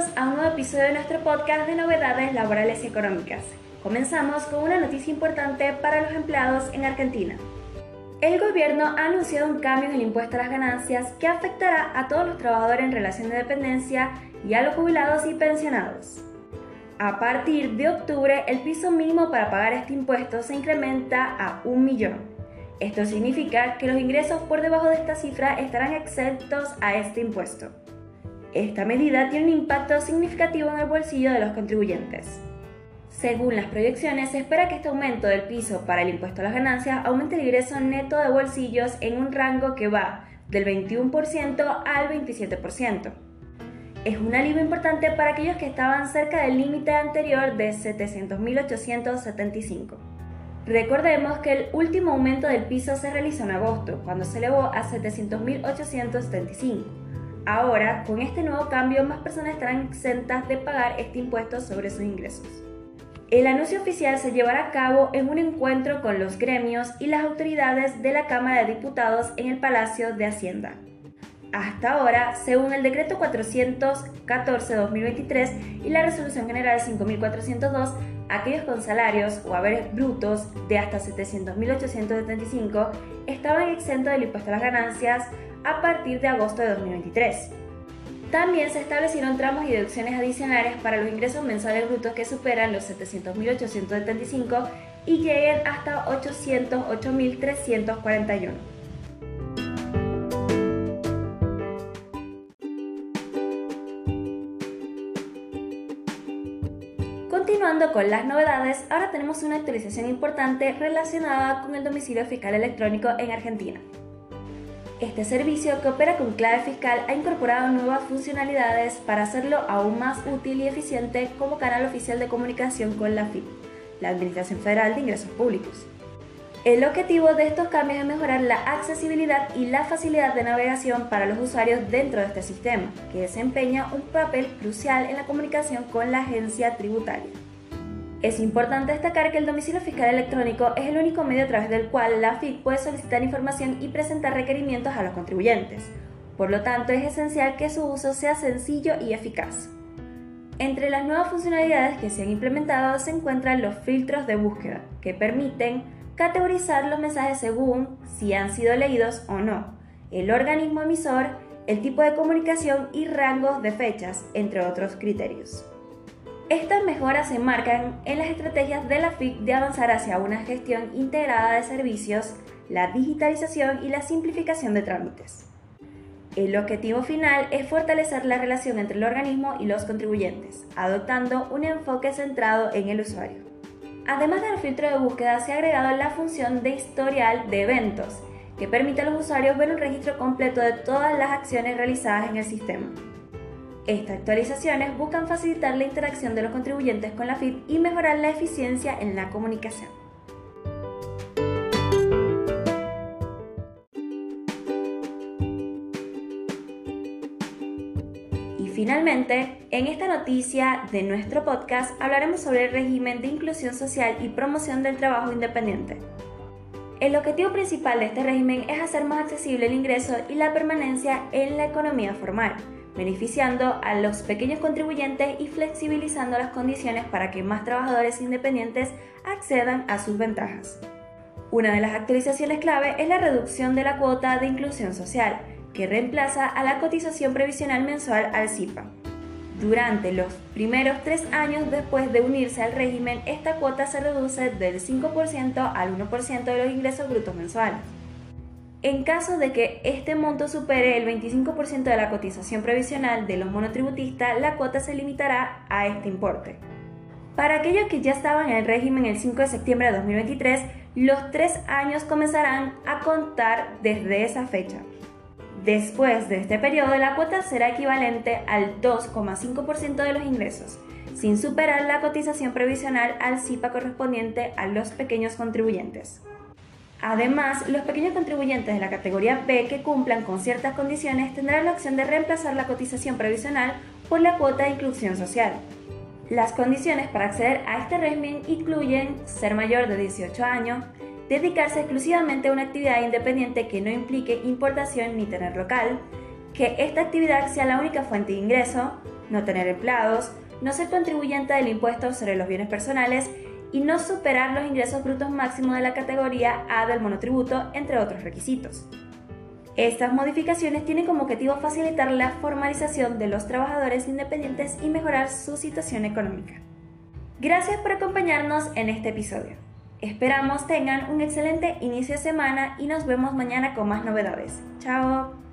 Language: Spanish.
Bienvenidos a un nuevo episodio de nuestro podcast de novedades laborales y económicas. Comenzamos con una noticia importante para los empleados en Argentina. El gobierno ha anunciado un cambio en el impuesto a las ganancias que afectará a todos los trabajadores en relación de dependencia y a los jubilados y pensionados. A partir de octubre, el piso mínimo para pagar este impuesto se incrementa a 1 millón. Esto significa que los ingresos por debajo de esta cifra estarán exentos a este impuesto. Esta medida tiene un impacto significativo en el bolsillo de los contribuyentes. Según las proyecciones, se espera que este aumento del piso para el impuesto a las ganancias aumente el ingreso neto de bolsillos en un rango que va del 21% al 27%. Es un alivio importante para aquellos que estaban cerca del límite anterior de 700.875. Recordemos que el último aumento del piso se realizó en agosto, cuando se elevó a 700.875. Ahora, con este nuevo cambio, más personas estarán exentas de pagar este impuesto sobre sus ingresos. El anuncio oficial se llevará a cabo en un encuentro con los gremios y las autoridades de la Cámara de Diputados en el Palacio de Hacienda. Hasta ahora, según el Decreto 414/2023 y la Resolución General 5402, aquellos con salarios o haberes brutos de hasta 700.875 estaban exentos del impuesto a las ganancias a partir de agosto de 2023. También se establecieron tramos y deducciones adicionales para los ingresos mensuales brutos que superan los 700.875 y lleguen hasta 808.341. Continuando con las novedades, ahora tenemos una actualización importante relacionada con el domicilio fiscal electrónico en Argentina. Este servicio, que opera con clave fiscal, ha incorporado nuevas funcionalidades para hacerlo aún más útil y eficiente como canal oficial de comunicación con la AFIP, la Administración Federal de Ingresos Públicos. El objetivo de estos cambios es mejorar la accesibilidad y la facilidad de navegación para los usuarios dentro de este sistema, que desempeña un papel crucial en la comunicación con la agencia tributaria. Es importante destacar que el domicilio fiscal electrónico es el único medio a través del cual la AFIP puede solicitar información y presentar requerimientos a los contribuyentes. Por lo tanto, es esencial que su uso sea sencillo y eficaz. Entre las nuevas funcionalidades que se han implementado se encuentran los filtros de búsqueda, que permiten categorizar los mensajes según si han sido leídos o no, el organismo emisor, el tipo de comunicación y rangos de fechas, entre otros criterios. Estas mejoras se enmarcan en las estrategias de la AFIP de avanzar hacia una gestión integrada de servicios, la digitalización y la simplificación de trámites. El objetivo final es fortalecer la relación entre el organismo y los contribuyentes, adoptando un enfoque centrado en el usuario. Además del filtro de búsqueda, se ha agregado la función de historial de eventos, que permite a los usuarios ver un registro completo de todas las acciones realizadas en el sistema. Estas actualizaciones buscan facilitar la interacción de los contribuyentes con la AFIP y mejorar la eficiencia en la comunicación. Y finalmente, en esta noticia de nuestro podcast hablaremos sobre el régimen de inclusión social y promoción del trabajo independiente. El objetivo principal de este régimen es hacer más accesible el ingreso y la permanencia en la economía formal, beneficiando a los pequeños contribuyentes y flexibilizando las condiciones para que más trabajadores independientes accedan a sus ventajas. Una de las actualizaciones clave es la reducción de la cuota de inclusión social, que reemplaza a la cotización previsional mensual al SIPA. Durante los primeros 3 años después de unirse al régimen, esta cuota se reduce del 5% al 1% de los ingresos brutos mensuales. En caso de que este monto supere el 25% de la cotización previsional de los monotributistas, la cuota se limitará a este importe. Para aquellos que ya estaban en el régimen el 5 de septiembre de 2023, los 3 años comenzarán a contar desde esa fecha. Después de este periodo, la cuota será equivalente al 2,5% de los ingresos, sin superar la cotización previsional al SIPA correspondiente a los pequeños contribuyentes. Además, los pequeños contribuyentes de la categoría B que cumplan con ciertas condiciones tendrán la opción de reemplazar la cotización previsional por la cuota de inclusión social. Las condiciones para acceder a este régimen incluyen ser mayor de 18 años, dedicarse exclusivamente a una actividad independiente que no implique importación ni tener local, que esta actividad sea la única fuente de ingreso, no tener empleados, no ser contribuyente del impuesto sobre los bienes personales y no superar los ingresos brutos máximos de la categoría A del monotributo, entre otros requisitos. Estas modificaciones tienen como objetivo facilitar la formalización de los trabajadores independientes y mejorar su situación económica. Gracias por acompañarnos en este episodio. Esperamos tengan un excelente inicio de semana y nos vemos mañana con más novedades. ¡Chao!